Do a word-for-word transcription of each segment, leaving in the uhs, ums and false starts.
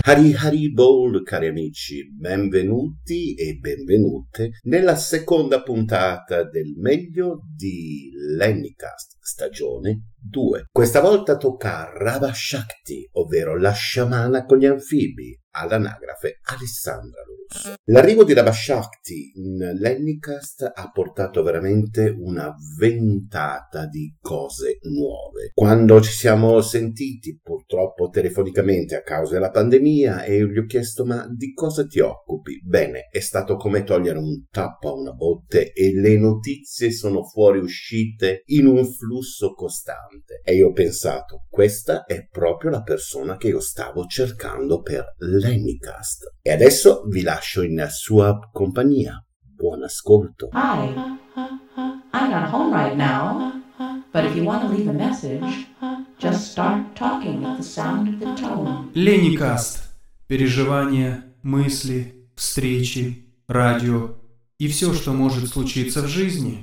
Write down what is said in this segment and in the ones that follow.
Hari Hari Bol, cari amici, benvenuti e benvenute nella seconda puntata del meglio di Lennycast, stagione due. Questa volta tocca a Rabha Shakti, ovvero la sciamana con gli anfibi, all'anagrafe Alessandra Lorusso. L'arrivo di Rabha Shakti in Lennycast ha portato veramente una ventata di cose nuove. Quando ci siamo sentiti, purtroppo telefonicamente a causa della pandemia, e gli ho chiesto: ma di cosa ti occupi? Bene, è stato come togliere un tappo a una botte e le notizie sono fuoriuscite in un flusso costante. E io ho pensato, questa è proprio la persona che io stavo cercando per Lennycast. E adesso vi lascio in sua compagnia. Buon ascolto. Hi, I'm not home right now, but if you want to leave a message, just start talking at the sound of the tone. Lennycast. Переживания, мысли, встречи, радио и все, что может случиться в жизни.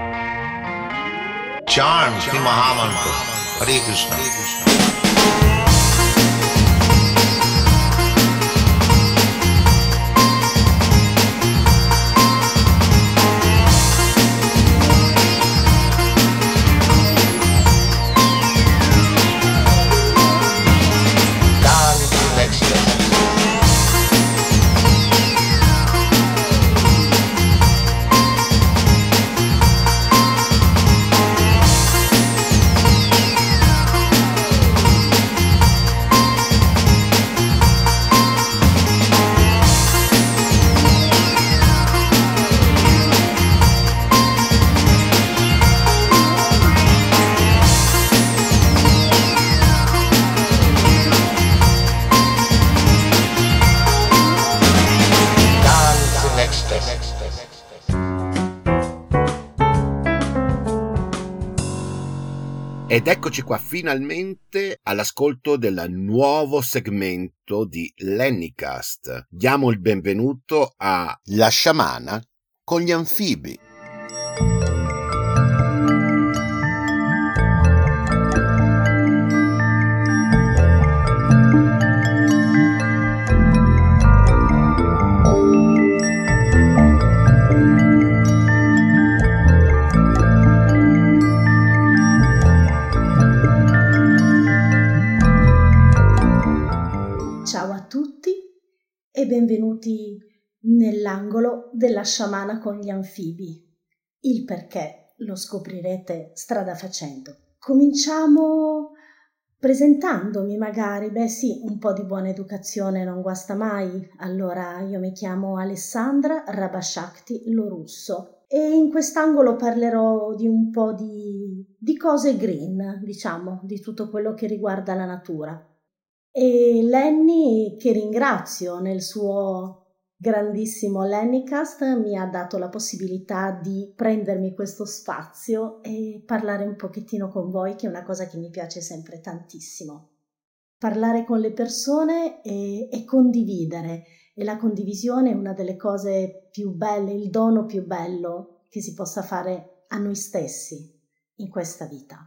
Charm Shri Mahamantra. Hare Krishna. Ed eccoci qua finalmente all'ascolto del nuovo segmento di Lennycast. Diamo il benvenuto a La sciamana con gli anfibi. E benvenuti nell'angolo della sciamana con gli anfibi. Il perché lo scoprirete strada facendo. Cominciamo presentandomi magari. Beh sì, un po' di buona educazione non guasta mai. Allora, io mi chiamo Alessandra Rabha Shakti Lorusso e in quest'angolo parlerò di un po' di, di cose green, diciamo, di tutto quello che riguarda la natura. E Lenny, che ringrazio nel suo grandissimo Lennycast, mi ha dato la possibilità di prendermi questo spazio e parlare un pochettino con voi, che è una cosa che mi piace sempre tantissimo. Parlare con le persone e, e condividere, e la condivisione è una delle cose più belle, il dono più bello che si possa fare a noi stessi in questa vita.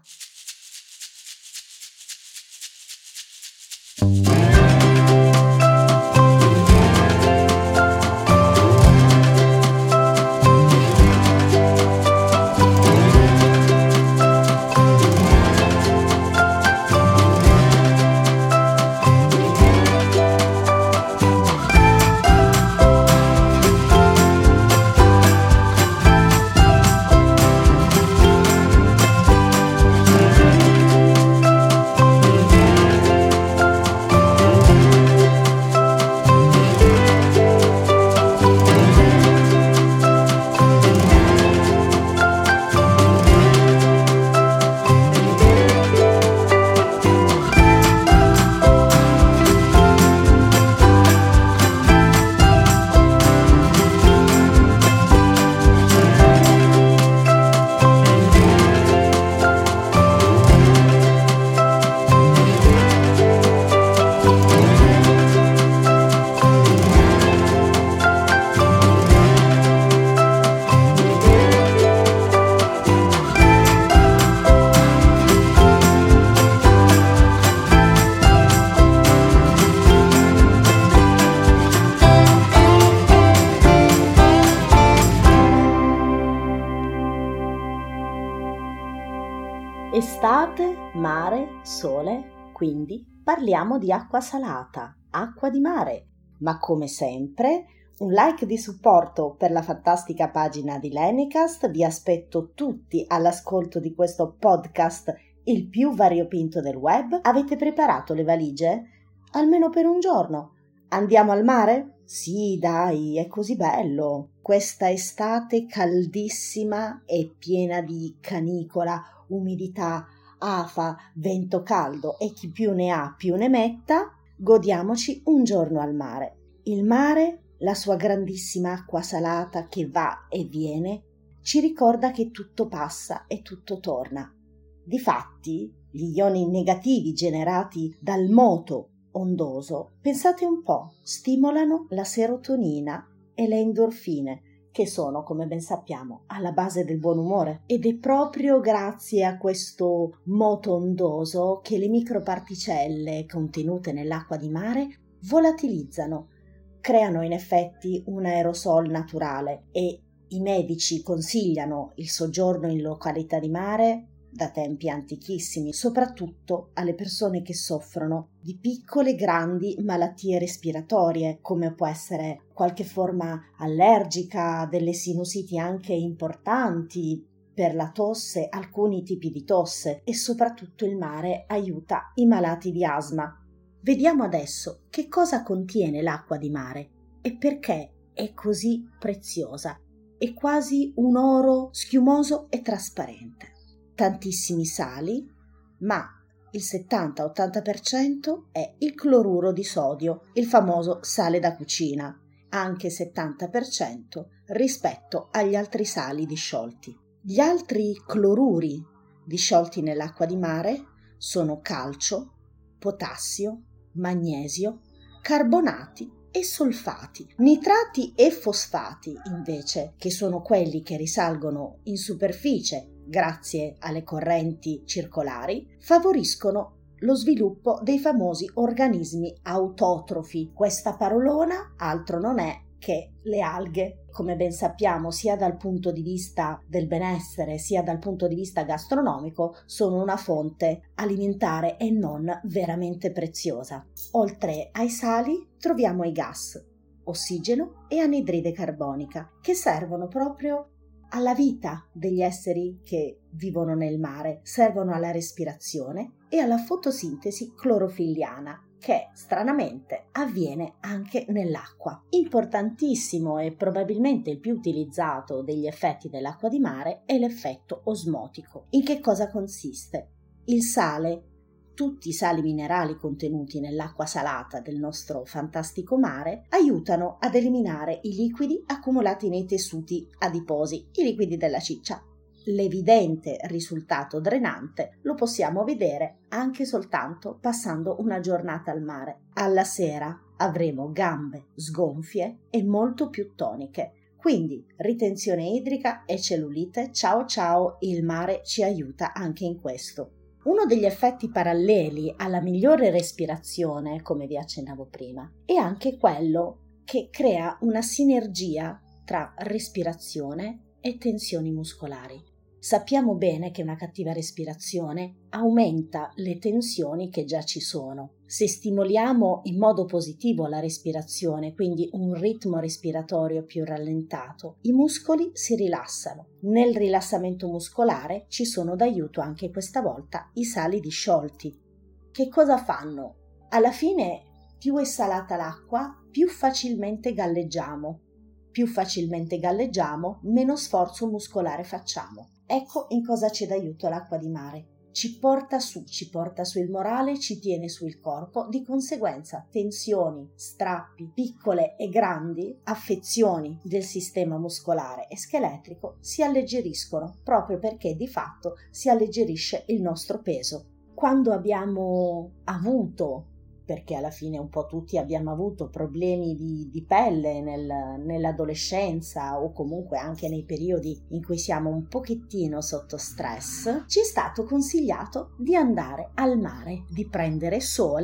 Estate, mare, sole, quindi parliamo di acqua salata, acqua di mare, ma come sempre un like di supporto per la fantastica pagina di Lenicast. Vi aspetto tutti all'ascolto di questo podcast, il più variopinto del web. Avete preparato le valigie? Almeno per un giorno. Andiamo al mare? Sì, dai, è così bello. Questa estate caldissima e piena di canicola, umidità, afa, vento caldo e chi più ne ha più ne metta, godiamoci un giorno al mare. Il mare, la sua grandissima acqua salata che va e viene, ci ricorda che tutto passa e tutto torna. Difatti, gli ioni negativi generati dal moto ondoso, pensate un po', stimolano la serotonina e le endorfine, che sono, come ben sappiamo, alla base del buon umore. Ed è proprio grazie a questo moto ondoso che le microparticelle contenute nell'acqua di mare volatilizzano, creano in effetti un aerosol naturale e i medici consigliano il soggiorno in località di mare da tempi antichissimi, soprattutto alle persone che soffrono di piccole grandi malattie respiratorie, come può essere qualche forma allergica, delle sinusiti anche importanti, per la tosse, alcuni tipi di tosse, e soprattutto il mare aiuta i malati di asma. Vediamo adesso che cosa contiene l'acqua di mare e perché è così preziosa. È quasi un oro schiumoso e trasparente. Tantissimi sali, ma il settanta ottanta per cento è il cloruro di sodio, il famoso sale da cucina, anche settanta per cento rispetto agli altri sali disciolti. Gli altri cloruri disciolti nell'acqua di mare sono calcio, potassio, magnesio, carbonati e solfati. Nitrati e fosfati, invece, che sono quelli che risalgono in superficie grazie alle correnti circolari, favoriscono lo sviluppo dei famosi organismi autotrofi. Questa parolona altro non è che le alghe, come ben sappiamo, sia dal punto di vista del benessere sia dal punto di vista gastronomico, sono una fonte alimentare e non veramente preziosa. Oltre ai sali troviamo i gas, ossigeno e anidride carbonica, che servono proprio alla vita degli esseri che vivono nel mare, servono alla respirazione e alla fotosintesi clorofilliana, che stranamente avviene anche nell'acqua. Importantissimo e probabilmente il più utilizzato degli effetti dell'acqua di mare è l'effetto osmotico. In che cosa consiste? Il sale, tutti i sali minerali contenuti nell'acqua salata del nostro fantastico mare, aiutano ad eliminare i liquidi accumulati nei tessuti adiposi, i liquidi della ciccia. L'evidente risultato drenante lo possiamo vedere anche soltanto passando una giornata al mare. Alla sera avremo gambe sgonfie e molto più toniche. Quindi ritenzione idrica e cellulite, ciao ciao, il mare ci aiuta anche in questo. Uno degli effetti paralleli alla migliore respirazione, come vi accennavo prima, è anche quello che crea una sinergia tra respirazione e tensioni muscolari. Sappiamo bene che una cattiva respirazione aumenta le tensioni che già ci sono. Se stimoliamo in modo positivo la respirazione, quindi un ritmo respiratorio più rallentato, i muscoli si rilassano. Nel rilassamento muscolare ci sono d'aiuto anche questa volta i sali disciolti. Che cosa fanno? Alla fine, più è salata l'acqua, più facilmente galleggiamo. Più facilmente galleggiamo, meno sforzo muscolare facciamo. Ecco in cosa c'è d'aiuto l'acqua di mare. Ci porta su, ci porta su il morale, ci tiene su il corpo, di conseguenza tensioni, strappi, piccole e grandi affezioni del sistema muscolare e scheletrico si alleggeriscono, proprio perché di fatto si alleggerisce il nostro peso. Quando abbiamo avuto, perché alla fine un po' tutti abbiamo avuto problemi di, di pelle nel, nell'adolescenza o comunque anche nei periodi in cui siamo un pochettino sotto stress, ci è stato consigliato di andare al mare, di prendere sole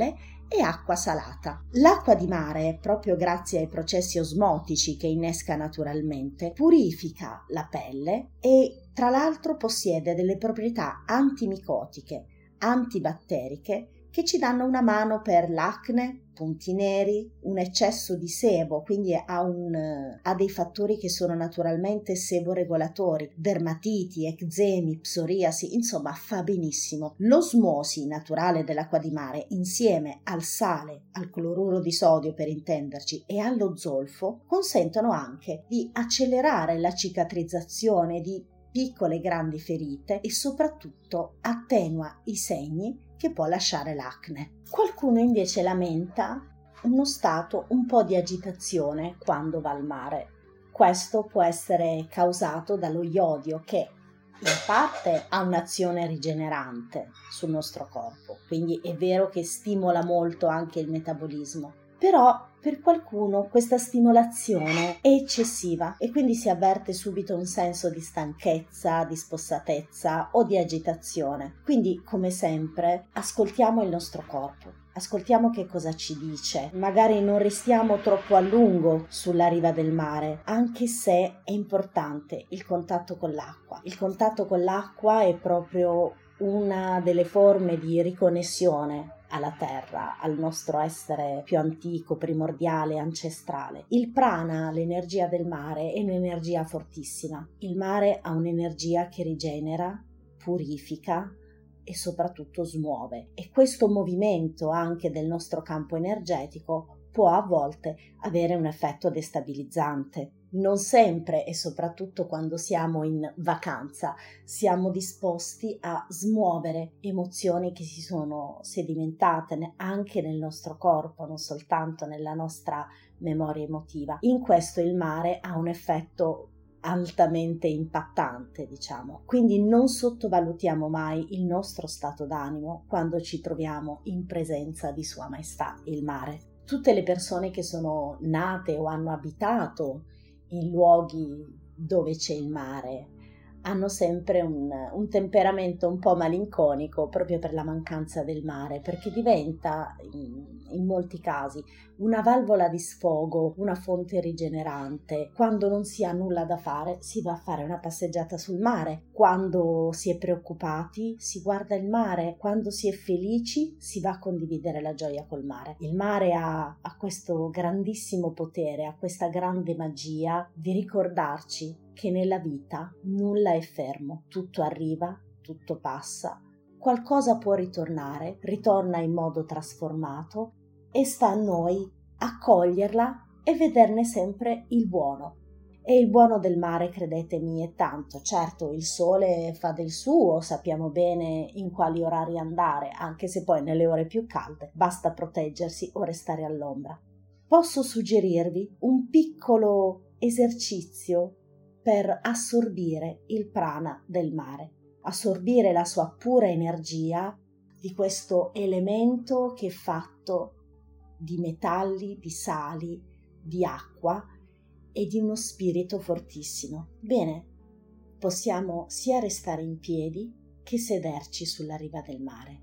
e acqua salata. L'acqua di mare, proprio grazie ai processi osmotici che innesca naturalmente, purifica la pelle e tra l'altro possiede delle proprietà antimicotiche, antibatteriche, che ci danno una mano per l'acne, punti neri, un eccesso di sebo, quindi ha, un, ha dei fattori che sono naturalmente seboregolatori, dermatiti, eczemi, psoriasi, insomma fa benissimo. L'osmosi naturale dell'acqua di mare insieme al sale, al cloruro di sodio per intenderci e allo zolfo consentono anche di accelerare la cicatrizzazione di piccole e grandi ferite e soprattutto attenua i segni che può lasciare l'acne. Qualcuno invece lamenta uno stato un po' di agitazione quando va al mare. Questo può essere causato dallo iodio che in parte ha un'azione rigenerante sul nostro corpo, quindi è vero che stimola molto anche il metabolismo, però per qualcuno questa stimolazione è eccessiva e quindi si avverte subito un senso di stanchezza, di spossatezza o di agitazione. Quindi, come sempre, ascoltiamo il nostro corpo, ascoltiamo che cosa ci dice. Magari non restiamo troppo a lungo sulla riva del mare, anche se è importante il contatto con l'acqua. Il contatto con l'acqua è proprio una delle forme di riconnessione alla terra, al nostro essere più antico, primordiale, ancestrale. Il prana, l'energia del mare, è un'energia fortissima. Il mare ha un'energia che rigenera, purifica e soprattutto smuove. E questo movimento anche del nostro campo energetico può a volte avere un effetto destabilizzante. Non sempre e soprattutto quando siamo in vacanza siamo disposti a smuovere emozioni che si sono sedimentate anche nel nostro corpo, non soltanto nella nostra memoria emotiva. In questo il mare ha un effetto altamente impattante, diciamo. Quindi non sottovalutiamo mai il nostro stato d'animo quando ci troviamo in presenza di Sua Maestà, il mare. Tutte le persone che sono nate o hanno abitato in luoghi dove c'è il mare hanno sempre un, un temperamento un po' malinconico proprio per la mancanza del mare, perché diventa in, in molti casi una valvola di sfogo, una fonte rigenerante. Quando non si ha nulla da fare si va a fare una passeggiata sul mare, quando si è preoccupati si guarda il mare, quando si è felici si va a condividere la gioia col mare. Il mare ha, ha questo grandissimo potere, ha questa grande magia di ricordarci che nella vita nulla è fermo, tutto arriva, tutto passa, qualcosa può ritornare, ritorna in modo trasformato e sta a noi accoglierla e vederne sempre il buono. E il buono del mare, credetemi, è tanto. Certo, il sole fa del suo, sappiamo bene in quali orari andare, anche se poi nelle ore più calde basta proteggersi o restare all'ombra. Posso suggerirvi un piccolo esercizio per assorbire il prana del mare, assorbire la sua pura energia di questo elemento che è fatto di metalli, di sali, di acqua e di uno spirito fortissimo. Bene, possiamo sia restare in piedi che sederci sulla riva del mare,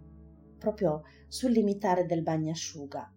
proprio sul limitare del bagnasciuga,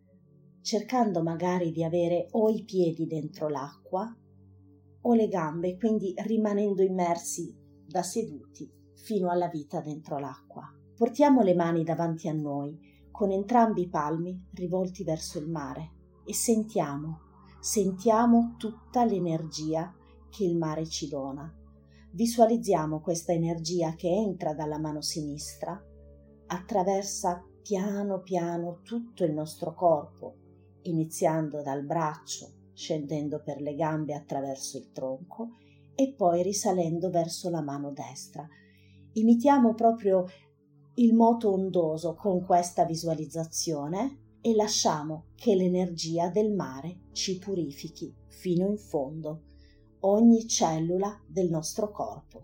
cercando magari di avere o i piedi dentro l'acqua o le gambe, quindi rimanendo immersi da seduti fino alla vita dentro l'acqua. Portiamo le mani davanti a noi, con entrambi i palmi rivolti verso il mare e sentiamo, sentiamo tutta l'energia che il mare ci dona. Visualizziamo questa energia che entra dalla mano sinistra, attraversa piano piano tutto il nostro corpo, iniziando dal braccio, scendendo per le gambe attraverso il tronco e poi risalendo verso la mano destra. Imitiamo proprio il moto ondoso con questa visualizzazione e lasciamo che l'energia del mare ci purifichi fino in fondo ogni cellula del nostro corpo.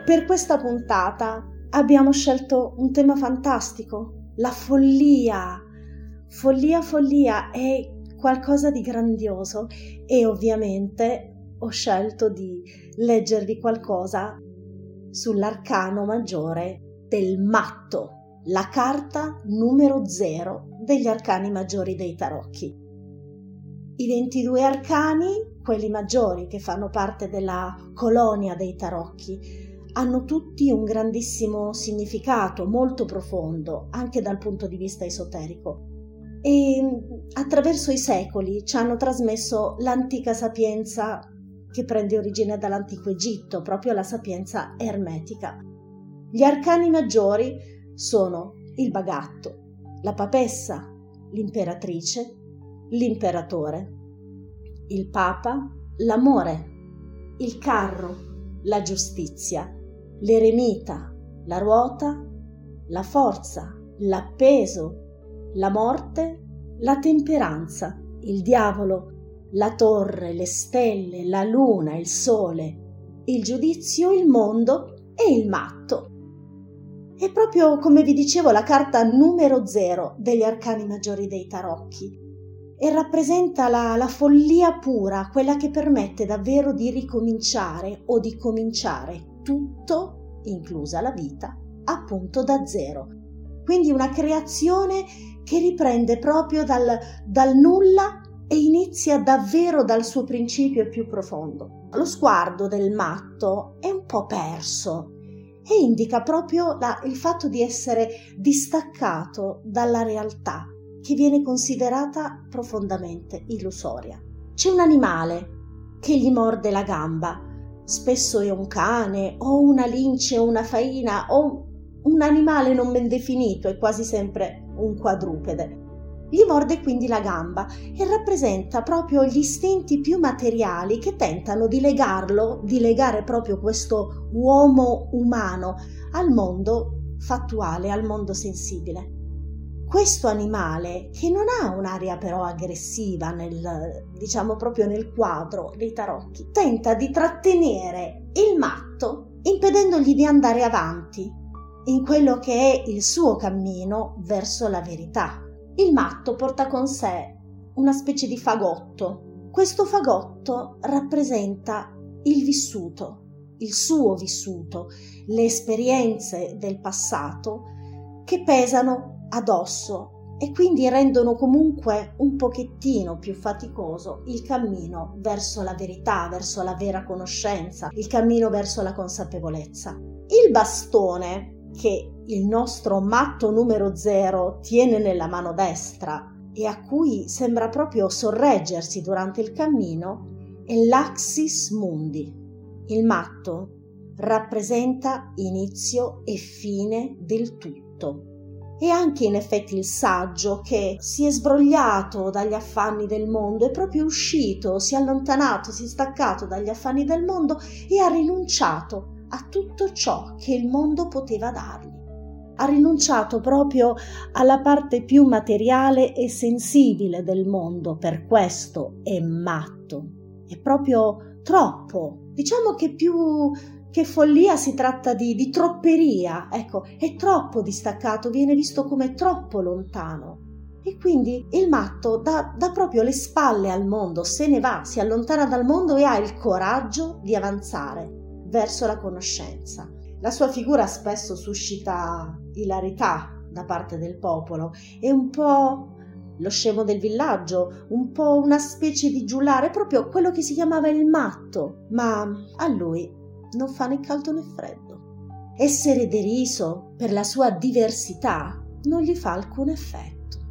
Per questa puntata abbiamo scelto un tema fantastico, la follia. Follia, follia, è qualcosa di grandioso e ovviamente ho scelto di leggervi qualcosa sull'arcano maggiore del matto, la carta numero zero degli arcani maggiori dei tarocchi. I ventidue arcani, quelli maggiori che fanno parte della colonia dei tarocchi, hanno tutti un grandissimo significato, molto profondo, anche dal punto di vista esoterico. E attraverso i secoli ci hanno trasmesso l'antica sapienza che prende origine dall'antico Egitto, proprio la sapienza ermetica. Gli arcani maggiori sono il bagatto, la papessa, l'imperatrice, l'imperatore, il papa, l'amore, il carro, la giustizia, l'eremita, la ruota, la forza, l'appeso, la morte, la temperanza, il diavolo, la torre, le stelle, la luna, il sole, il giudizio, il mondo e il matto. È proprio, come vi dicevo, la carta numero zero degli arcani maggiori dei tarocchi e rappresenta la, la follia pura, quella che permette davvero di ricominciare o di cominciare tutto, inclusa la vita, appunto da zero. Quindi una creazione che riprende proprio dal, dal nulla e inizia davvero dal suo principio più profondo. Lo sguardo del matto è un po' perso e indica proprio la, il fatto di essere distaccato dalla realtà, che viene considerata profondamente illusoria. C'è un animale che gli morde la gamba, spesso è un cane o una lince o una faina o un animale non ben definito, è quasi sempre un quadrupede. Gli morde quindi la gamba e rappresenta proprio gli istinti più materiali che tentano di legarlo, di legare proprio questo uomo umano al mondo fattuale, al mondo sensibile. Questo animale, che non ha un'aria però aggressiva nel, diciamo proprio nel quadro dei tarocchi, tenta di trattenere il matto impedendogli di andare avanti in quello che è il suo cammino verso la verità. Il matto porta con sé una specie di fagotto. Questo fagotto rappresenta il vissuto, il suo vissuto, le esperienze del passato che pesano addosso e quindi rendono comunque un pochettino più faticoso il cammino verso la verità, verso la vera conoscenza, il cammino verso la consapevolezza. Il bastone che il nostro matto numero zero tiene nella mano destra e a cui sembra proprio sorreggersi durante il cammino è l'Axis Mundi. Il matto rappresenta inizio e fine del tutto. E anche in effetti il saggio che si è sbrogliato dagli affanni del mondo, è proprio uscito, si è allontanato, si è staccato dagli affanni del mondo e ha rinunciato a tutto ciò che il mondo poteva dargli. Ha rinunciato proprio alla parte più materiale e sensibile del mondo, per questo è matto. È proprio troppo. Diciamo che più che follia si tratta di, di tropperia, ecco, è troppo distaccato, viene visto come troppo lontano. E quindi il matto dà, dà proprio le spalle al mondo, se ne va, si allontana dal mondo e ha il coraggio di avanzare verso la conoscenza. La sua figura spesso suscita ilarità da parte del popolo, è un po' lo scemo del villaggio, un po' una specie di giullare, proprio quello che si chiamava il matto, ma a lui non fa né caldo né freddo. Essere deriso per la sua diversità non gli fa alcun effetto.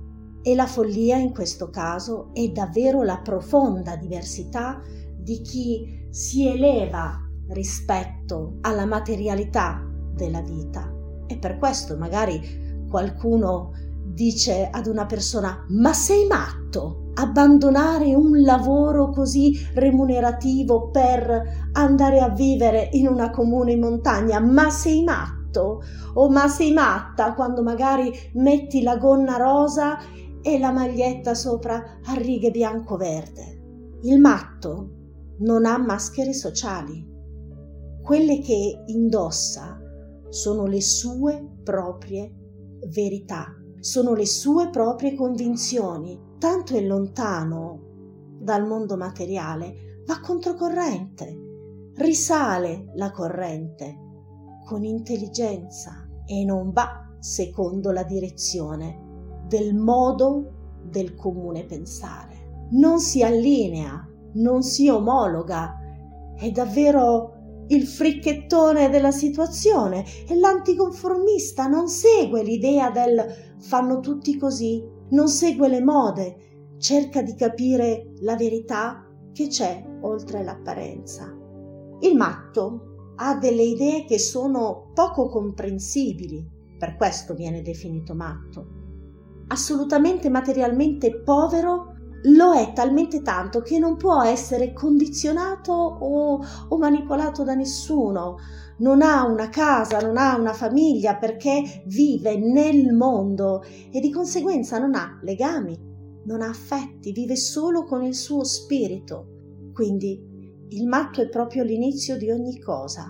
E la follia in questo caso è davvero la profonda diversità di chi si eleva rispetto alla materialità della vita. E per questo magari qualcuno dice ad una persona: ma sei matto? Abbandonare un lavoro così remunerativo per andare a vivere in una comune montagna? Ma sei matto? O ma sei matta quando magari metti la gonna rosa e la maglietta sopra a righe bianco-verde? Il matto non ha maschere sociali. quelle che indossa sono le sue proprie verità, sono le sue proprie convinzioni. Tanto è lontano dal mondo materiale, va controcorrente, risale la corrente con intelligenza e non va secondo la direzione del modo del comune pensare. Non si allinea, non si omologa, è davvero il fricchettone della situazione e l'anticonformista non segue l'idea del fanno tutti così, non segue le mode, cerca di capire la verità che c'è oltre l'apparenza. Il matto ha delle idee che sono poco comprensibili, per questo viene definito matto. Assolutamente materialmente povero, lo è talmente tanto che non può essere condizionato o, o manipolato da nessuno. Non ha una casa, non ha una famiglia perché vive nel mondo e di conseguenza non ha legami, non ha affetti, vive solo con il suo spirito. Quindi il matto è proprio l'inizio di ogni cosa.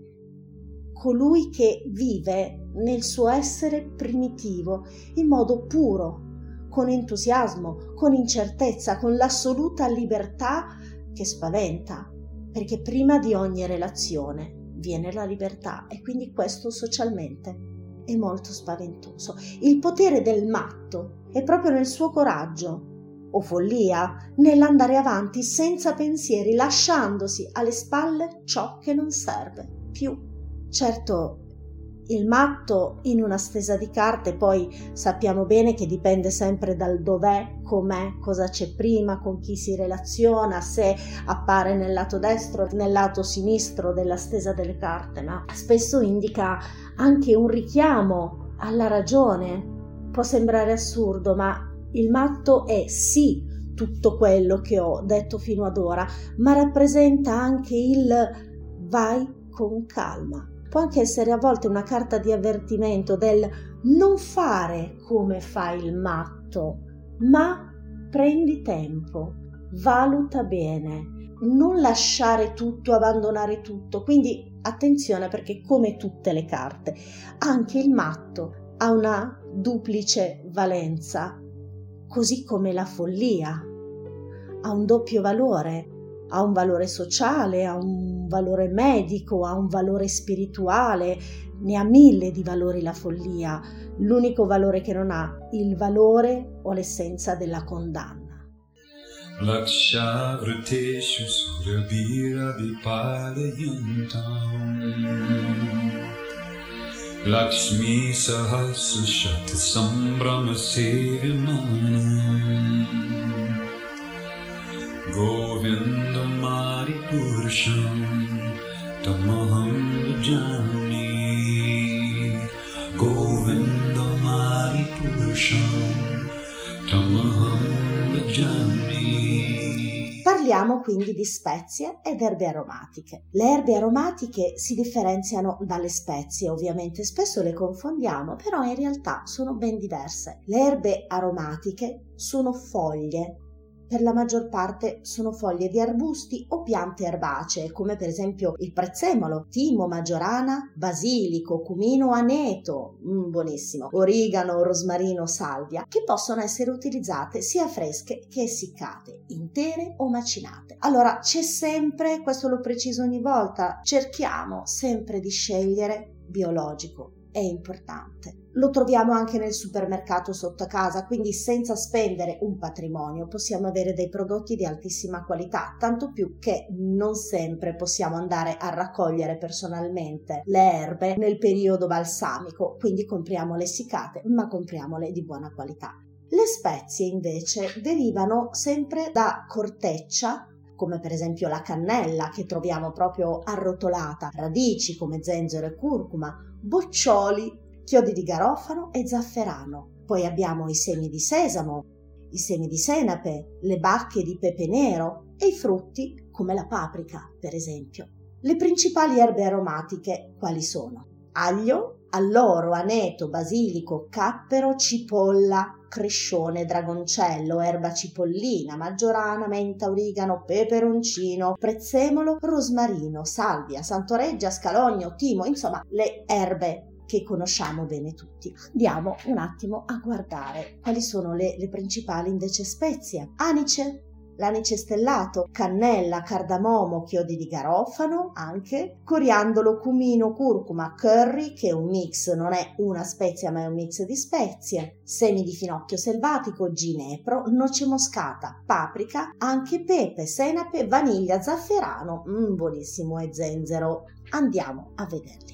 Colui che vive nel suo essere primitivo, in modo puro, con entusiasmo, con incertezza, con l'assoluta libertà che spaventa, perché prima di ogni relazione viene la libertà e quindi questo socialmente è molto spaventoso. Il potere del matto è proprio nel suo coraggio o follia, nell'andare avanti senza pensieri, lasciandosi alle spalle ciò che non serve più. Certo, il matto in una stesa di carte poi sappiamo bene che dipende sempre dal dov'è, com'è, cosa c'è prima, con chi si relaziona, se appare nel lato destro, nel lato sinistro della stesa delle carte, ma spesso indica anche un richiamo alla ragione. Può sembrare assurdo, ma il matto è sì tutto quello che ho detto fino ad ora, ma rappresenta anche il vai con calma. Può anche essere a volte una carta di avvertimento del non fare come fa il matto, ma prendi tempo, valuta bene, non lasciare tutto, abbandonare tutto. Quindi attenzione, perché come tutte le carte, anche il matto ha una duplice valenza, così come la follia ha un doppio valore. Ha un valore sociale, ha un valore medico, ha un valore spirituale, ne ha mille di valori la follia. L'unico valore che non ha, il valore o l'essenza della condanna. Lakshavriteshu surabhira vipalayuntam Lakshmi sahasra shakti sambrama sevyamanam Govinda Mari Purusham Tamaham Bhajami Govinda Mari Purusham Tamaham Bhajami. Parliamo quindi di spezie ed erbe aromatiche. Le erbe aromatiche si differenziano dalle spezie, ovviamente spesso le confondiamo, però in realtà sono ben diverse. Le erbe aromatiche sono foglie. Per la maggior parte sono foglie di arbusti o piante erbacee, come per esempio il prezzemolo, timo, maggiorana, basilico, cumino, aneto, mm, buonissimo, origano, rosmarino, salvia, che possono essere utilizzate sia fresche che essiccate, intere o macinate. Allora c'è sempre, questo lo preciso ogni volta, cerchiamo sempre di scegliere biologico. È importante. Lo troviamo anche nel supermercato sotto casa, quindi senza spendere un patrimonio possiamo avere dei prodotti di altissima qualità, tanto più che non sempre possiamo andare a raccogliere personalmente le erbe nel periodo balsamico, quindi compriamole essiccate, ma compriamole di buona qualità. Le spezie invece derivano sempre da corteccia, come per esempio la cannella che troviamo proprio arrotolata, radici come zenzero e curcuma, boccioli, chiodi di garofano e zafferano. Poi abbiamo i semi di sesamo, i semi di senape, le bacche di pepe nero e i frutti come la paprika, per esempio. Le principali erbe aromatiche quali sono? Aglio, alloro, aneto, basilico, cappero, cipolla, crescione, dragoncello, erba cipollina, maggiorana, menta, origano, peperoncino, prezzemolo, rosmarino, salvia, santoreggia, scalogno, timo, insomma le erbe che conosciamo bene tutti. Andiamo un attimo a guardare quali sono le, le principali invece spezie. Anice, l'anice stellato, cannella, cardamomo, chiodi di garofano anche, coriandolo, cumino, curcuma, curry, che è un mix, non è una spezia ma è un mix di spezie, semi di finocchio selvatico, ginepro, noce moscata, paprika, anche pepe, senape, vaniglia, zafferano, mm, buonissimo, e zenzero. Andiamo a vederli.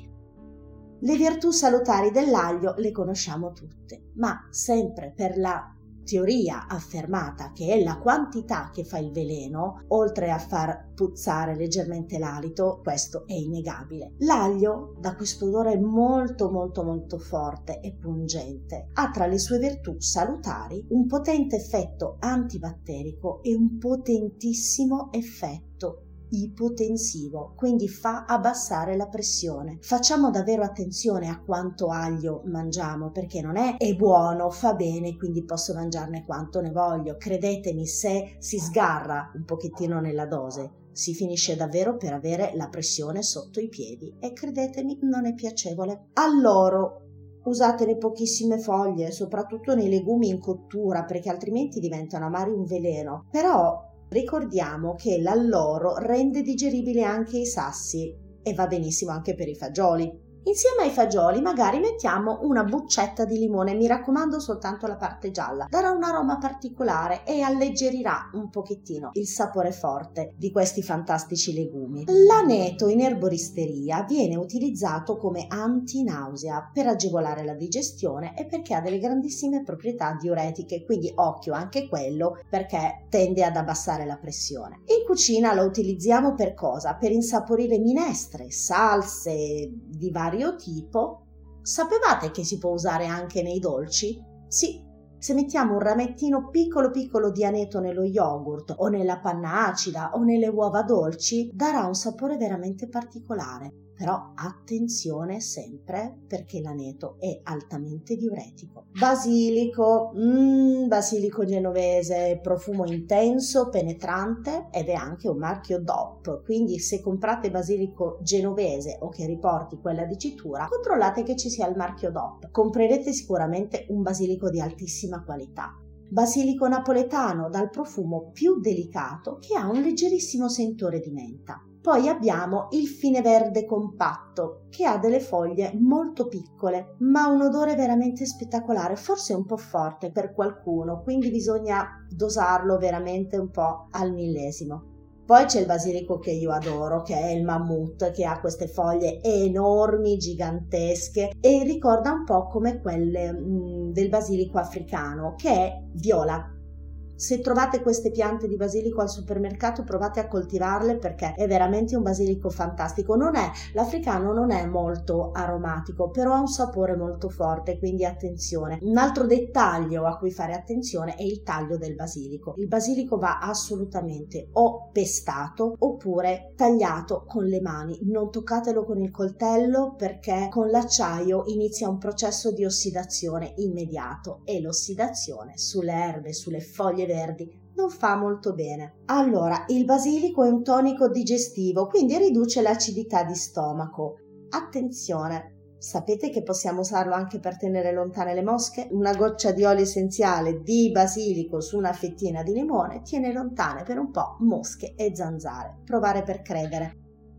Le virtù salutari dell'aglio le conosciamo tutte, ma sempre per la teoria affermata che è la quantità che fa il veleno, oltre a far puzzare leggermente l'alito, questo è innegabile. L'aglio dà questo odore molto molto molto forte e pungente. Ha tra le sue virtù salutari un potente effetto antibatterico e un potentissimo effetto ipotensivo, quindi fa abbassare la pressione. Facciamo davvero attenzione a quanto aglio mangiamo, perché non è è buono, fa bene, quindi posso mangiarne quanto ne voglio. Credetemi, se si sgarra un pochettino nella dose si finisce davvero per avere la pressione sotto i piedi e credetemi non è piacevole. Allora usatene pochissime foglie, soprattutto nei legumi in cottura, perché altrimenti diventano amari un veleno. Però ricordiamo che l'alloro rende digeribili anche i sassi e va benissimo anche per i fagioli. Insieme ai fagioli magari mettiamo una buccetta di limone, mi raccomando soltanto la parte gialla, darà un aroma particolare e alleggerirà un pochettino il sapore forte di questi fantastici legumi. L'aneto in erboristeria viene utilizzato come antinausea per agevolare la digestione e perché ha delle grandissime proprietà diuretiche, quindi occhio anche quello, perché tende ad abbassare la pressione. In cucina lo utilizziamo per cosa? Per insaporire minestre, salse di vario tipo. Sapevate che si può usare anche nei dolci? Sì, se mettiamo un ramettino piccolo piccolo di aneto nello yogurt o nella panna acida o nelle uova dolci darà un sapore veramente particolare. Però attenzione sempre, perché l'aneto è altamente diuretico. Basilico, mm, basilico genovese, profumo intenso, penetrante ed è anche un marchio D O P, quindi se comprate basilico genovese o che riporti quella dicitura, controllate che ci sia il marchio D O P. Comprerete sicuramente un basilico di altissima qualità. Basilico napoletano dal profumo più delicato che ha un leggerissimo sentore di menta. Poi abbiamo il fine verde compatto che ha delle foglie molto piccole ma un odore veramente spettacolare, forse un po' forte per qualcuno, quindi bisogna dosarlo veramente un po' al millesimo. Poi c'è il basilico che io adoro, che è il mammut, che ha queste foglie enormi, gigantesche e ricorda un po' come quelle mh, del basilico africano, che è viola. Se trovate queste piante di basilico al supermercato provate a coltivarle perché è veramente un basilico fantastico. Non è, l'africano non è molto aromatico, però ha un sapore molto forte, quindi attenzione. Un altro dettaglio a cui fare attenzione è il taglio del basilico. Il basilico va assolutamente o pestato oppure tagliato con le mani. Non toccatelo con il coltello perché con l'acciaio inizia un processo di ossidazione immediato e l'ossidazione sulle erbe, sulle foglie verdi non fa molto bene. Allora, il basilico è un tonico digestivo, quindi riduce l'acidità di stomaco. Attenzione, sapete che possiamo usarlo anche per tenere lontane le mosche? Una goccia di olio essenziale di basilico su una fettina di limone tiene lontane per un po' mosche e zanzare. Provare per credere.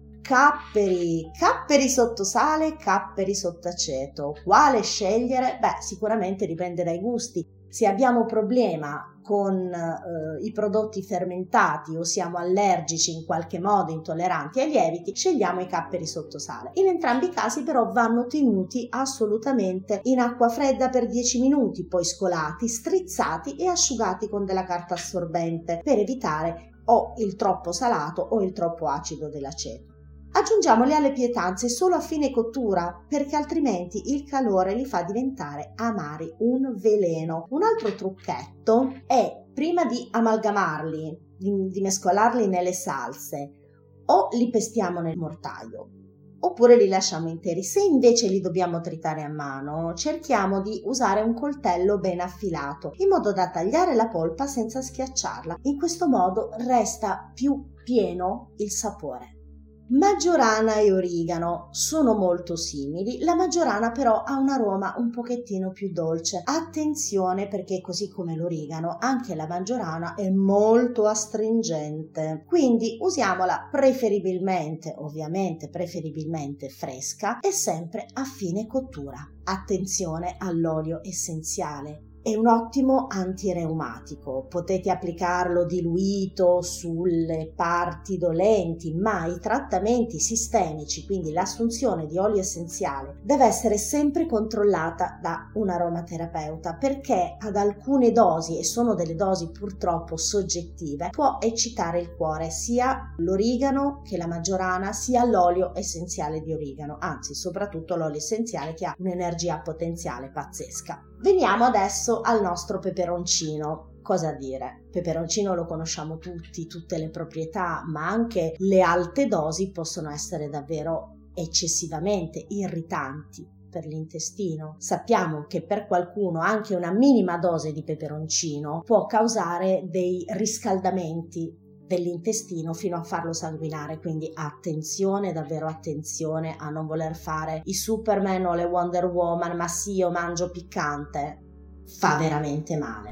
Capperi, capperi sotto sale, capperi sotto aceto. Quale scegliere? Beh, sicuramente dipende dai gusti. Se abbiamo problema con eh, i prodotti fermentati o siamo allergici in qualche modo, intolleranti ai lieviti, scegliamo i capperi sotto sale. In entrambi i casi però vanno tenuti assolutamente in acqua fredda per dieci minuti, poi scolati, strizzati e asciugati con della carta assorbente per evitare o il troppo salato o il troppo acido dell'aceto. Aggiungiamoli alle pietanze solo a fine cottura perché altrimenti il calore li fa diventare amari, un veleno. Un altro trucchetto è, prima di amalgamarli, di, di mescolarli nelle salse, o li pestiamo nel mortaio oppure li lasciamo interi. Se invece li dobbiamo tritare a mano, cerchiamo di usare un coltello ben affilato in modo da tagliare la polpa senza schiacciarla. In questo modo resta più pieno il sapore. Maggiorana e origano sono molto simili, la maggiorana però ha un aroma un pochettino più dolce. Attenzione, perché così come l'origano anche la maggiorana è molto astringente, quindi usiamola preferibilmente, ovviamente preferibilmente fresca e sempre a fine cottura. Attenzione all'olio essenziale. È un ottimo antireumatico, potete applicarlo diluito sulle parti dolenti, ma i trattamenti sistemici, quindi l'assunzione di olio essenziale, deve essere sempre controllata da un aromaterapeuta, perché ad alcune dosi, e sono delle dosi purtroppo soggettive, può eccitare il cuore, sia l'origano che la maggiorana, sia l'olio essenziale di origano, anzi soprattutto l'olio essenziale, che ha un'energia potenziale pazzesca. Veniamo adesso al nostro peperoncino. Cosa dire? Peperoncino lo conosciamo tutti, tutte le proprietà, ma anche le alte dosi possono essere davvero eccessivamente irritanti per l'intestino. Sappiamo che per qualcuno anche una minima dose di peperoncino può causare dei riscaldamenti dell'intestino fino a farlo sanguinare, quindi attenzione, davvero attenzione a non voler fare i Superman o le Wonder Woman, ma sì, io mangio piccante, fa veramente male.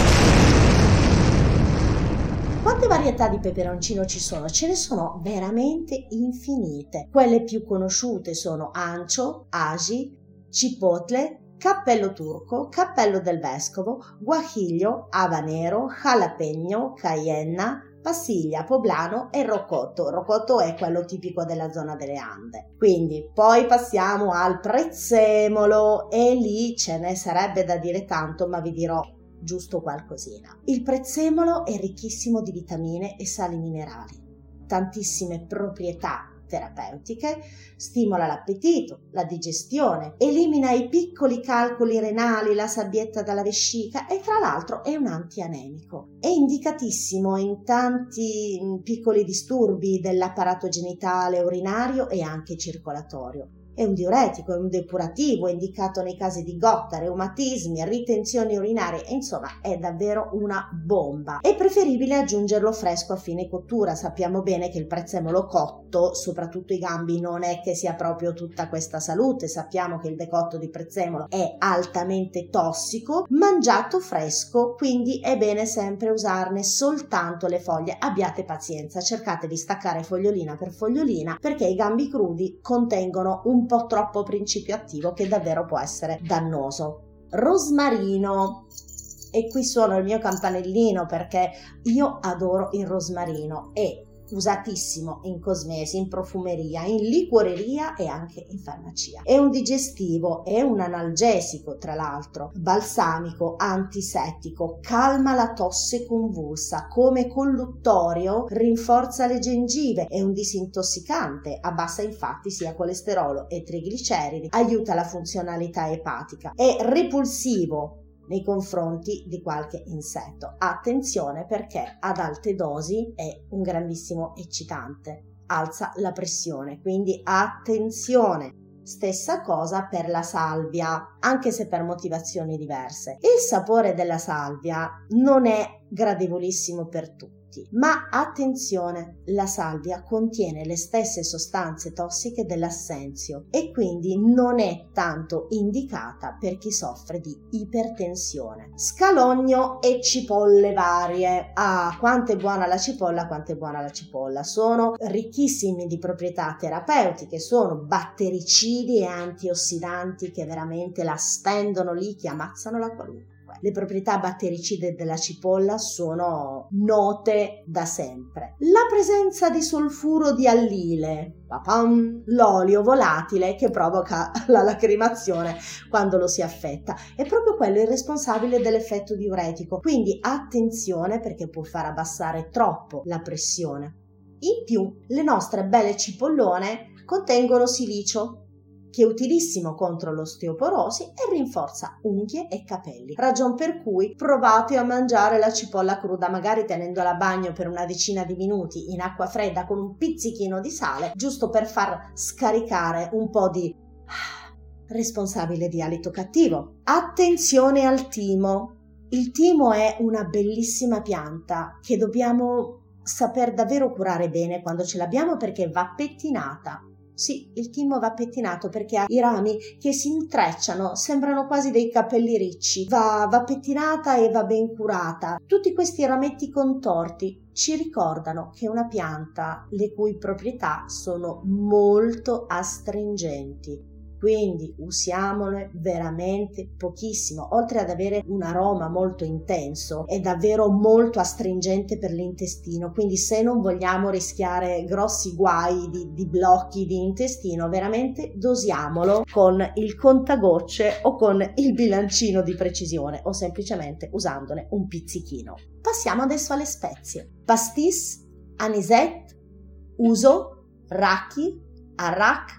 Quante varietà di peperoncino ci sono? Ce ne sono veramente infinite. Quelle più conosciute sono ancio, aji, cipotle, cappello turco, cappello del vescovo, guajillo, habanero, jalapeno, cayenne, passiglia, poblano e rocotto. Rocotto è quello tipico della zona delle Ande. Quindi poi passiamo al prezzemolo e lì ce ne sarebbe da dire tanto, ma vi dirò giusto qualcosina. Il prezzemolo è ricchissimo di vitamine e sali minerali, tantissime proprietà terapeutiche, stimola l'appetito, la digestione, elimina i piccoli calcoli renali, la sabbietta dalla vescica e tra l'altro è un antianemico. È indicatissimo in tanti piccoli disturbi dell'apparato genitale, urinario e anche circolatorio. È un diuretico, è un depurativo, è indicato nei casi di gotta, reumatismi, ritenzioni urinarie, e insomma è davvero una bomba. È preferibile aggiungerlo fresco a fine cottura. Sappiamo bene che il prezzemolo cotto, soprattutto i gambi, non è che sia proprio tutta questa salute. Sappiamo che il decotto di prezzemolo è altamente tossico. Mangiato fresco, quindi è bene sempre usarne soltanto le foglie. Abbiate pazienza, cercate di staccare fogliolina per fogliolina, perché i gambi crudi contengono un un po' troppo principio attivo che davvero può essere dannoso. Rosmarino. E qui suono il mio campanellino perché io adoro il rosmarino, è usatissimo in cosmesi, in profumeria, in liquoreria e anche in farmacia. È un digestivo, è un analgesico tra l'altro, balsamico, antisettico, calma la tosse convulsa, come colluttorio rinforza le gengive, è un disintossicante, abbassa infatti sia colesterolo e trigliceridi, aiuta la funzionalità epatica, è repulsivo nei confronti di qualche insetto. Attenzione, perché ad alte dosi è un grandissimo eccitante, alza la pressione, quindi attenzione. Stessa cosa per la salvia, anche se per motivazioni diverse. Il sapore della salvia non è gradevolissimo per tutti, ma attenzione, la salvia contiene le stesse sostanze tossiche dell'assenzio e quindi non è tanto indicata per chi soffre di ipertensione. Scalogno e cipolle varie. Ah, quanto è buona la cipolla, quanto è buona la cipolla. Sono ricchissimi di proprietà terapeutiche, sono battericidi e antiossidanti che veramente la stendono lì, che ammazzano la qualunque. Le proprietà battericide della cipolla sono note da sempre. La presenza di solfuro di allile, papam, l'olio volatile che provoca la lacrimazione quando lo si affetta, è proprio quello il responsabile dell'effetto diuretico, quindi attenzione perché può far abbassare troppo la pressione. In più, le nostre belle cipollone contengono silicio, che è utilissimo contro l'osteoporosi e rinforza unghie e capelli, ragion per cui provate a mangiare la cipolla cruda, magari tenendola a bagno per una decina di minuti in acqua fredda con un pizzichino di sale, giusto per far scaricare un po' di responsabile di alito cattivo. Attenzione al timo. Il timo è una bellissima pianta che dobbiamo saper davvero curare bene quando ce l'abbiamo, perché va pettinata. Sì, il timo va pettinato perché ha i rami che si intrecciano, sembrano quasi dei capelli ricci. Va, va pettinata e va ben curata. Tutti questi rametti contorti ci ricordano che è una pianta le cui proprietà sono molto astringenti. Quindi usiamole veramente pochissimo. Oltre ad avere un aroma molto intenso, è davvero molto astringente per l'intestino, quindi se non vogliamo rischiare grossi guai di, di blocchi di intestino, veramente dosiamolo con il contagocce o con il bilancino di precisione, o semplicemente usandone un pizzichino. Passiamo adesso alle spezie. Pastis, anisette, uso, raki, arak,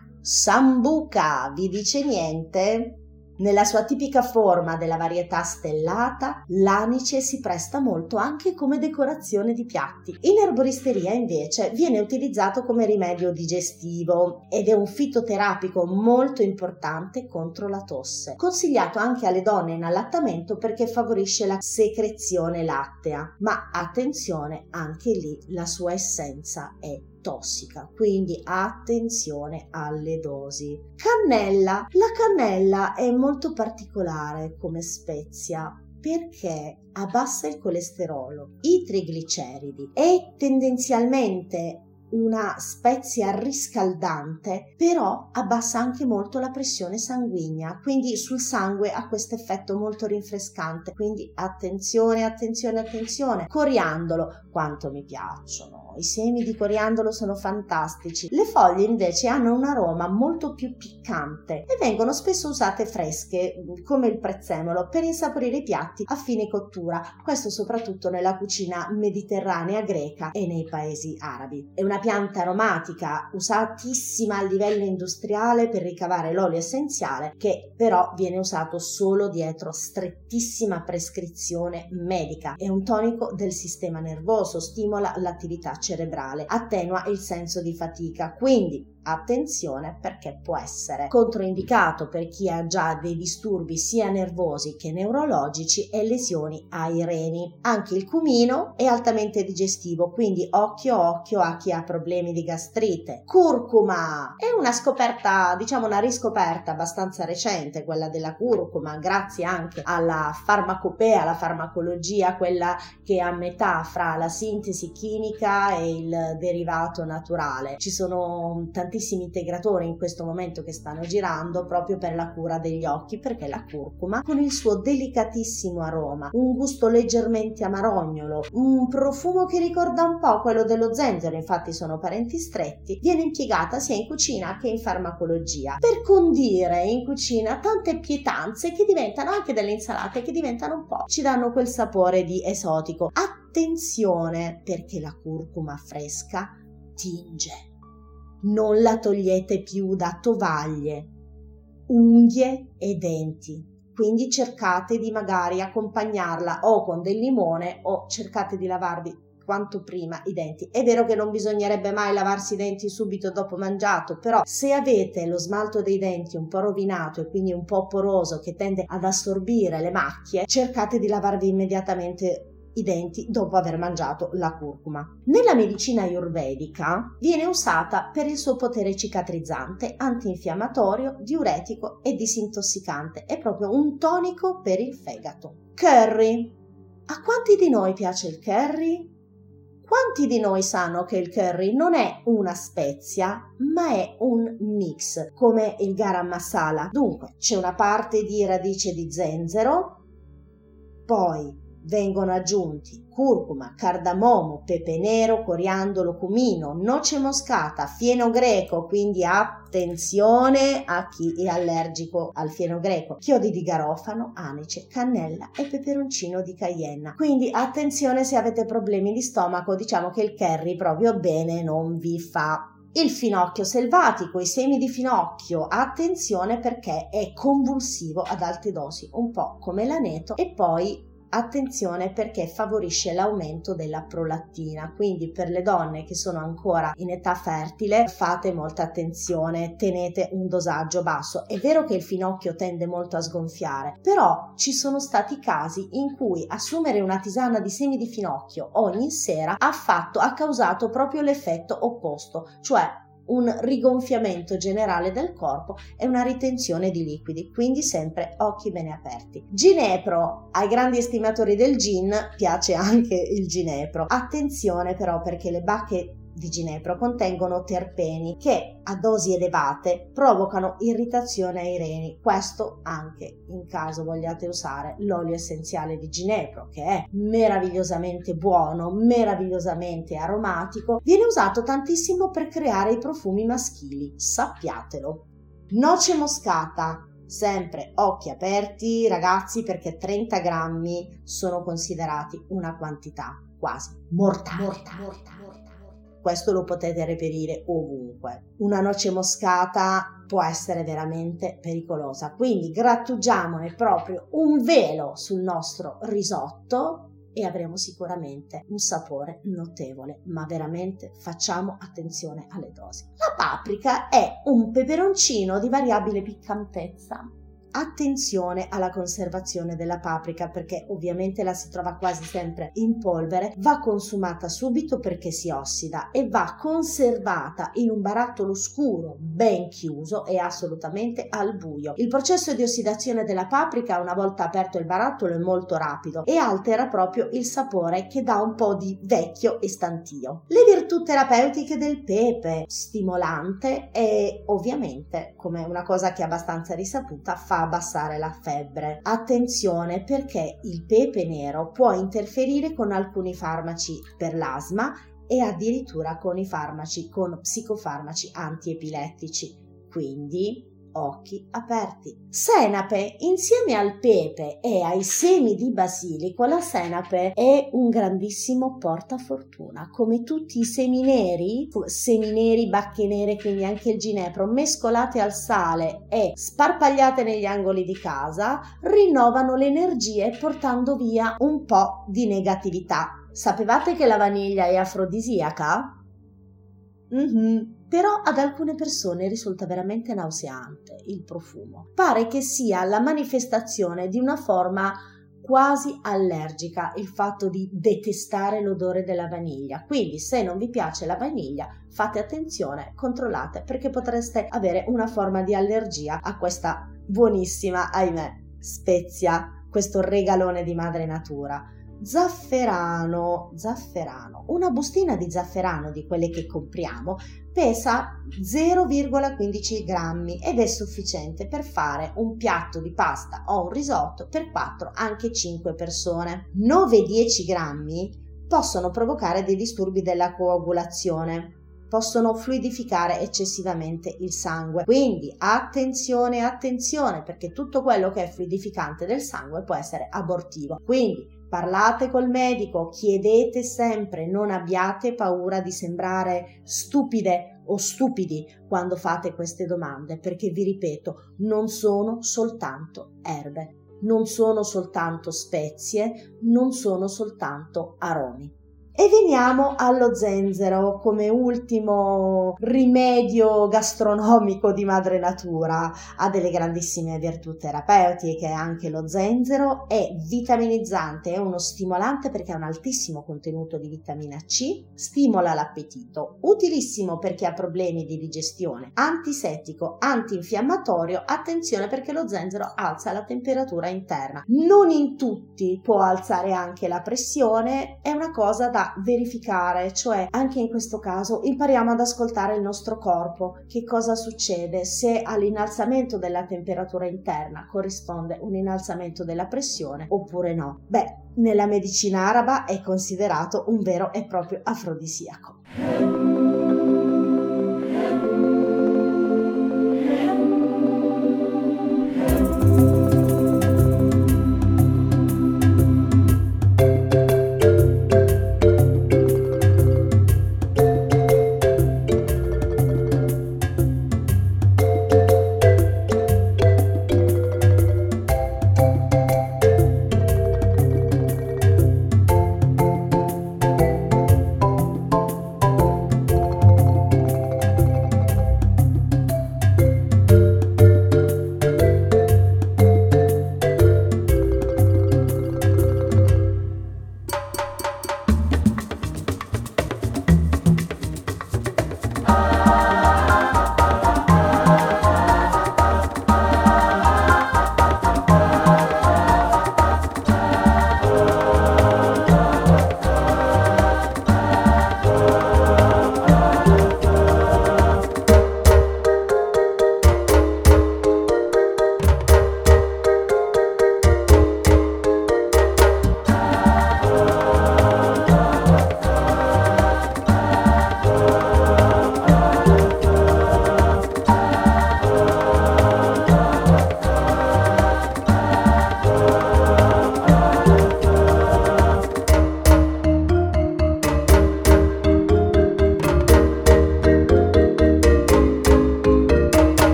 sambuca. Vi dice niente? Nella sua tipica forma della varietà stellata, l'anice si presta molto anche come decorazione di piatti. In erboristeria invece viene utilizzato come rimedio digestivo ed è un fitoterapico molto importante contro la tosse. Consigliato anche alle donne in allattamento perché favorisce la secrezione lattea, ma attenzione, anche lì la sua essenza è tossica, quindi attenzione alle dosi. Cannella. La cannella è molto particolare come spezia perché abbassa il colesterolo, i trigliceridi, è tendenzialmente una spezia riscaldante, però abbassa anche molto la pressione sanguigna, quindi sul sangue ha questo effetto molto rinfrescante, quindi attenzione, attenzione, attenzione. Coriandolo, quanto mi piacciono. I semi di coriandolo sono fantastici. Le foglie invece hanno un aroma molto più piccante e vengono spesso usate fresche, come il prezzemolo, per insaporire i piatti a fine cottura, questo soprattutto nella cucina mediterranea greca e nei paesi arabi. È una pianta aromatica usatissima a livello industriale per ricavare l'olio essenziale, che però viene usato solo dietro strettissima prescrizione medica. È un tonico del sistema nervoso, stimola l'attività cerebrale, attenua il senso di fatica, quindi attenzione perché può essere controindicato per chi ha già dei disturbi sia nervosi che neurologici e lesioni ai reni. Anche il cumino è altamente digestivo, quindi occhio occhio a chi ha problemi di gastrite. Curcuma è una scoperta, diciamo una riscoperta abbastanza recente, quella della curcuma, grazie anche alla farmacopea, alla farmacologia, quella che è a metà fra la sintesi chimica e il derivato naturale. Ci sono tanti tantissimi integratori in questo momento che stanno girando proprio per la cura degli occhi, perché la curcuma, con il suo delicatissimo aroma, un gusto leggermente amarognolo, un profumo che ricorda un po' quello dello zenzero, infatti sono parenti stretti, viene impiegata sia in cucina che in farmacologia per condire in cucina tante pietanze che diventano anche delle insalate, che diventano un po', ci danno quel sapore di esotico. Attenzione perché la curcuma fresca tinge. Non la togliete più da tovaglie, unghie e denti, quindi cercate di magari accompagnarla o con del limone o cercate di lavarvi quanto prima i denti. È vero che non bisognerebbe mai lavarsi i denti subito dopo mangiato, però se avete lo smalto dei denti un po' rovinato e quindi un po' poroso che tende ad assorbire le macchie, cercate di lavarvi immediatamente i denti dopo aver mangiato la curcuma. Nella medicina ayurvedica viene usata per il suo potere cicatrizzante, antinfiammatorio, diuretico e disintossicante. È proprio un tonico per il fegato. Curry. A quanti di noi piace il curry? Quanti di noi sanno che il curry non è una spezia, ma è un mix, come il garam masala? Dunque, c'è una parte di radice di zenzero, poi vengono aggiunti curcuma, cardamomo, pepe nero, coriandolo, cumino, noce moscata, fieno greco, quindi attenzione a chi è allergico al fieno greco, chiodi di garofano, anice, cannella e peperoncino di cayenne. Quindi attenzione se avete problemi di stomaco, diciamo che il curry proprio bene non vi fa. Il finocchio selvatico, i semi di finocchio, attenzione perché è convulsivo ad alte dosi, un po' come l'aneto, e poi attenzione perché favorisce l'aumento della prolattina, quindi per le donne che sono ancora in età fertile fate molta attenzione, tenete un dosaggio basso. È vero che il finocchio tende molto a sgonfiare, però ci sono stati casi in cui assumere una tisana di semi di finocchio ogni sera ha fatto, ha causato proprio l'effetto opposto, cioè un rigonfiamento generale del corpo e una ritenzione di liquidi, quindi sempre occhi bene aperti. Ginepro, ai grandi estimatori del gin piace anche il ginepro. Attenzione però perché le bacche di ginepro contengono terpeni che a dosi elevate provocano irritazione ai reni, questo anche in caso vogliate usare l'olio essenziale di ginepro, che è meravigliosamente buono, meravigliosamente aromatico, viene usato tantissimo per creare i profumi maschili, sappiatelo. Noce moscata, sempre occhi aperti ragazzi, perché trenta grammi sono considerati una quantità quasi mortale. mortale. mortale. Questo lo potete reperire ovunque. Una noce moscata può essere veramente pericolosa, quindi grattugiamone proprio un velo sul nostro risotto e avremo sicuramente un sapore notevole, ma veramente facciamo attenzione alle dosi. La paprika è un peperoncino di variabile piccantezza. Attenzione alla conservazione della paprika perché ovviamente la si trova quasi sempre in polvere, va consumata subito perché si ossida e va conservata in un barattolo scuro ben chiuso e assolutamente al buio. Il processo di ossidazione della paprika una volta aperto il barattolo è molto rapido e altera proprio il sapore che dà un po' di vecchio e stantio. Le virtù terapeutiche del pepe: stimolante e ovviamente, come una cosa che è abbastanza risaputa, fa abbassare la febbre. Attenzione perché il pepe nero può interferire con alcuni farmaci per l'asma e addirittura con i farmaci, con psicofarmaci antiepilettici, quindi occhi aperti. Senape, insieme al pepe e ai semi di basilico, la senape è un grandissimo portafortuna, come tutti i semi neri, semi neri, bacche nere, quindi anche il ginepro, mescolate al sale e sparpagliate negli angoli di casa, rinnovano le energie portando via un po' di negatività. Sapevate che la vaniglia è afrodisiaca? Mhm. Però ad alcune persone risulta veramente nauseante il profumo. Pare che sia la manifestazione di una forma quasi allergica, il fatto di detestare l'odore della vaniglia. Quindi se non vi piace la vaniglia, fate attenzione, controllate, perché potreste avere una forma di allergia a questa buonissima, ahimè, spezia, questo regalone di madre natura. Zafferano, zafferano. Una bustina di zafferano di quelle che compriamo pesa zero virgola quindici grammi ed è sufficiente per fare un piatto di pasta o un risotto per quattro, anche cinque persone. nove dieci grammi possono provocare dei disturbi della coagulazione, possono fluidificare eccessivamente il sangue, quindi attenzione, attenzione, perché tutto quello che è fluidificante del sangue può essere abortivo. Quindi parlate col medico, chiedete sempre, non abbiate paura di sembrare stupide o stupidi quando fate queste domande, perché vi ripeto, non sono soltanto erbe, non sono soltanto spezie, non sono soltanto aromi. E veniamo allo zenzero come ultimo rimedio gastronomico di madre natura. Ha delle grandissime virtù terapeutiche anche lo zenzero, è vitaminizzante, è uno stimolante perché ha un altissimo contenuto di vitamina C, stimola l'appetito, utilissimo per chi ha problemi di digestione, antisettico, antinfiammatorio. Attenzione perché lo zenzero alza la temperatura interna. Non in tutti può alzare anche la pressione, è una cosa da verificare, cioè anche in questo caso impariamo ad ascoltare il nostro corpo, che cosa succede, se all'innalzamento della temperatura interna corrisponde un innalzamento della pressione oppure no. Beh, nella medicina araba è considerato un vero e proprio afrodisiaco.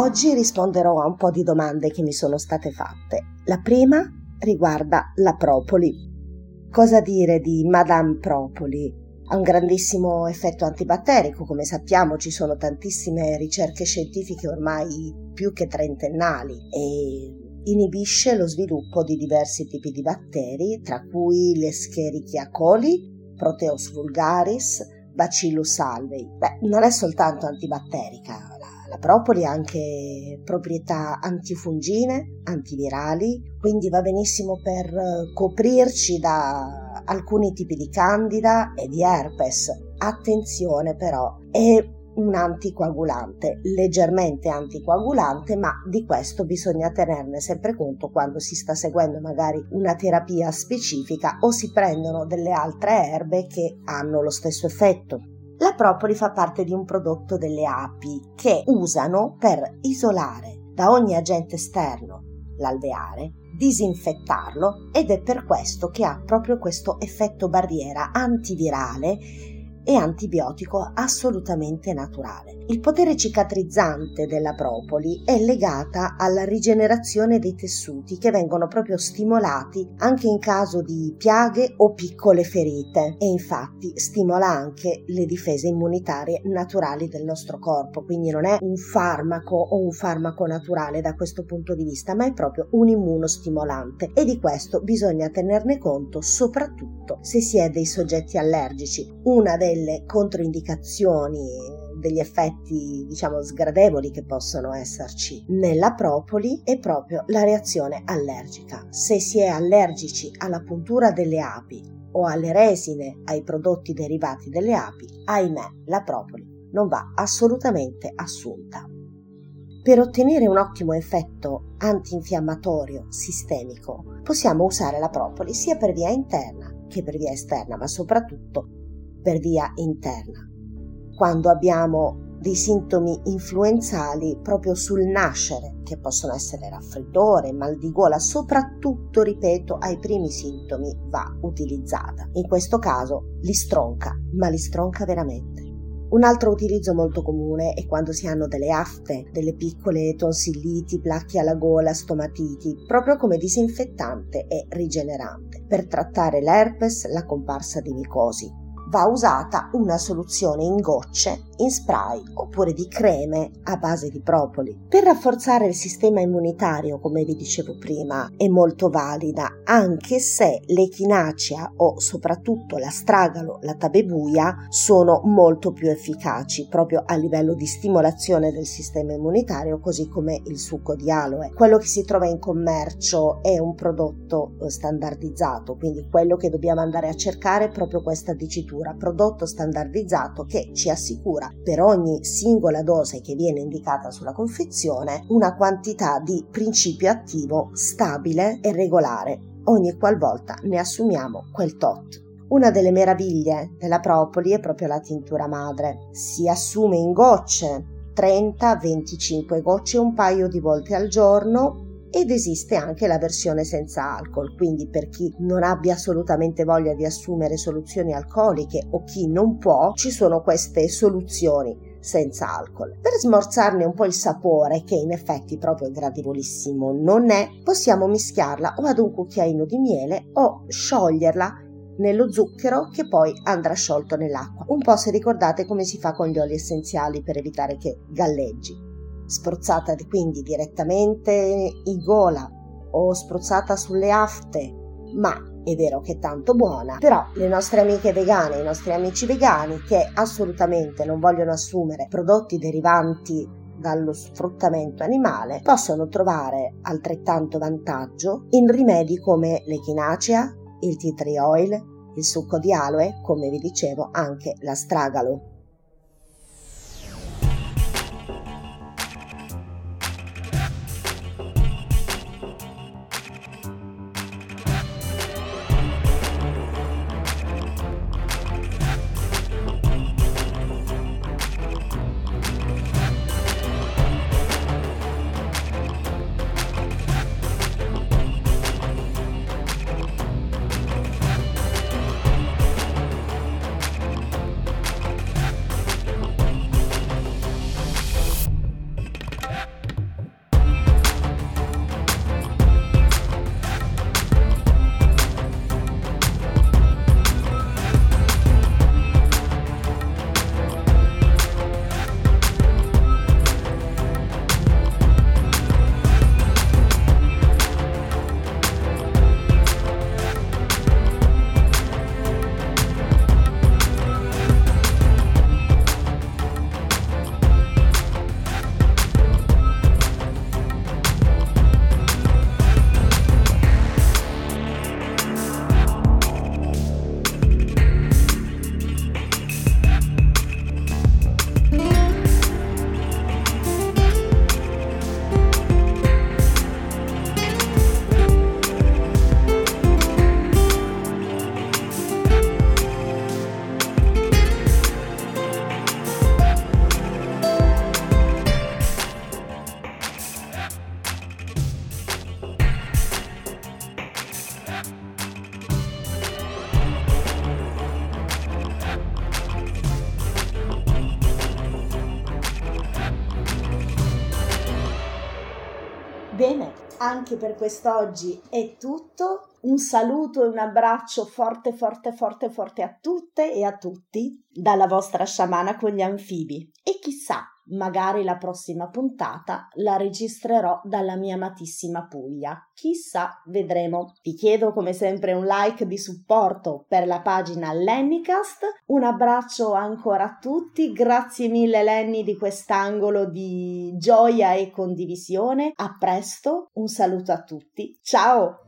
Oggi risponderò a un po' di domande che mi sono state fatte. La prima riguarda la propoli. Cosa dire di Madame Propoli? Ha un grandissimo effetto antibatterico, come sappiamo ci sono tantissime ricerche scientifiche ormai più che trentennali e inibisce lo sviluppo di diversi tipi di batteri, tra cui l'Escherichia coli, Proteus vulgaris, Bacillus alvei. Beh, non è soltanto antibatterica, la, la propoli ha anche proprietà antifungine, antivirali, quindi va benissimo per coprirci da alcuni tipi di candida e di herpes. Attenzione però, è un anticoagulante, leggermente anticoagulante, ma di questo bisogna tenerne sempre conto quando si sta seguendo magari una terapia specifica o si prendono delle altre erbe che hanno lo stesso effetto. La propoli fa parte di un prodotto delle api che usano per isolare da ogni agente esterno l'alveare, disinfettarlo, ed è per questo che ha proprio questo effetto barriera antivirale e antibiotico assolutamente naturale. Il potere cicatrizzante della propoli è legata alla rigenerazione dei tessuti che vengono proprio stimolati anche in caso di piaghe o piccole ferite e infatti stimola anche le difese immunitarie naturali del nostro corpo, quindi non è un farmaco o un farmaco naturale da questo punto di vista, ma è proprio un immunostimolante e di questo bisogna tenerne conto soprattutto se si è dei soggetti allergici. Una delle delle controindicazioni, degli effetti diciamo sgradevoli che possono esserci nella propoli è proprio la reazione allergica. Se si è allergici alla puntura delle api o alle resine, ai prodotti derivati dalle api, ahimè, la propoli non va assolutamente assunta. Per ottenere un ottimo effetto antinfiammatorio sistemico possiamo usare la propoli sia per via interna che per via esterna, ma soprattutto per via interna. Quando abbiamo dei sintomi influenzali proprio sul nascere, che possono essere raffreddore, mal di gola, soprattutto, ripeto, ai primi sintomi va utilizzata. In questo caso li stronca, ma li stronca veramente. Un altro utilizzo molto comune è quando si hanno delle afte, delle piccole tonsilliti, placche alla gola, stomatiti, proprio come disinfettante e rigenerante. Per trattare l'herpes, la comparsa di micosi, va usata una soluzione in gocce, in spray oppure di creme a base di propoli. Per rafforzare il sistema immunitario, come vi dicevo prima, è molto valida, anche se l'echinacea o soprattutto l'astragalo, la tabebuia sono molto più efficaci proprio a livello di stimolazione del sistema immunitario, così come il succo di aloe. Quello che si trova in commercio è un prodotto standardizzato, quindi quello che dobbiamo andare a cercare è proprio questa dicitura, prodotto standardizzato che ci assicura per ogni singola dose che viene indicata sulla confezione una quantità di principio attivo stabile e regolare ogni qualvolta ne assumiamo quel tot. Una delle meraviglie della propoli è proprio la tintura madre. Si assume in gocce, trenta venticinque gocce un paio di volte al giorno, ed esiste anche la versione senza alcol, quindi per chi non abbia assolutamente voglia di assumere soluzioni alcoliche o chi non può, ci sono queste soluzioni senza alcol. Per smorzarne un po' il sapore, che in effetti proprio gradevolissimo non è, possiamo mischiarla o ad un cucchiaino di miele o scioglierla nello zucchero che poi andrà sciolto nell'acqua, un po' se ricordate come si fa con gli oli essenziali per evitare che galleggi. Spruzzata quindi direttamente in gola o spruzzata sulle afte, ma è vero che è tanto buona, però le nostre amiche vegane, i nostri amici vegani che assolutamente non vogliono assumere prodotti derivanti dallo sfruttamento animale possono trovare altrettanto vantaggio in rimedi come l'echinacea, il tea tree oil, il succo di aloe, come vi dicevo anche l'astragalo. Bene, anche per quest'oggi è tutto. Un saluto e un abbraccio forte, forte, forte, forte a tutte e a tutti dalla vostra sciamana con gli anfibi. E chissà, magari la prossima puntata la registrerò dalla mia amatissima Puglia. Chissà, vedremo. Vi chiedo come sempre un like di supporto per la pagina Lennycast. Un abbraccio ancora a tutti. Grazie mille Lenny di quest'angolo di gioia e condivisione. A presto, un saluto a tutti. Ciao!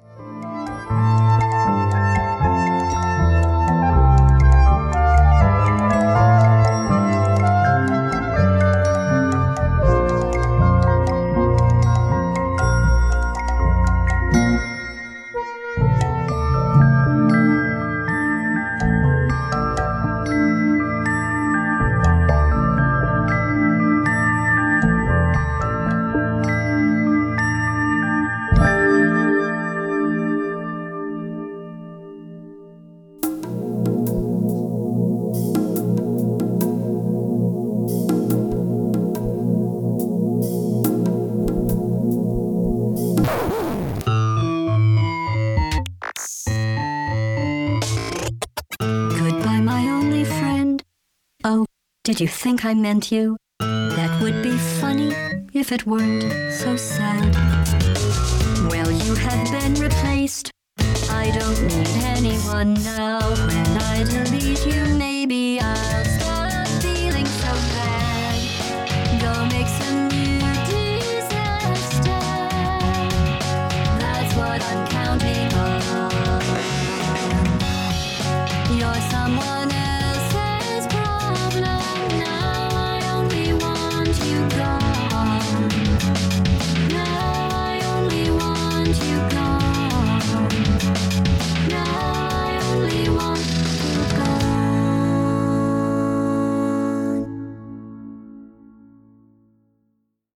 Did you think I meant you? That would be funny if it weren't so sad. Well, you have been replaced. I don't need anyone now. When I delete you, maybe I'll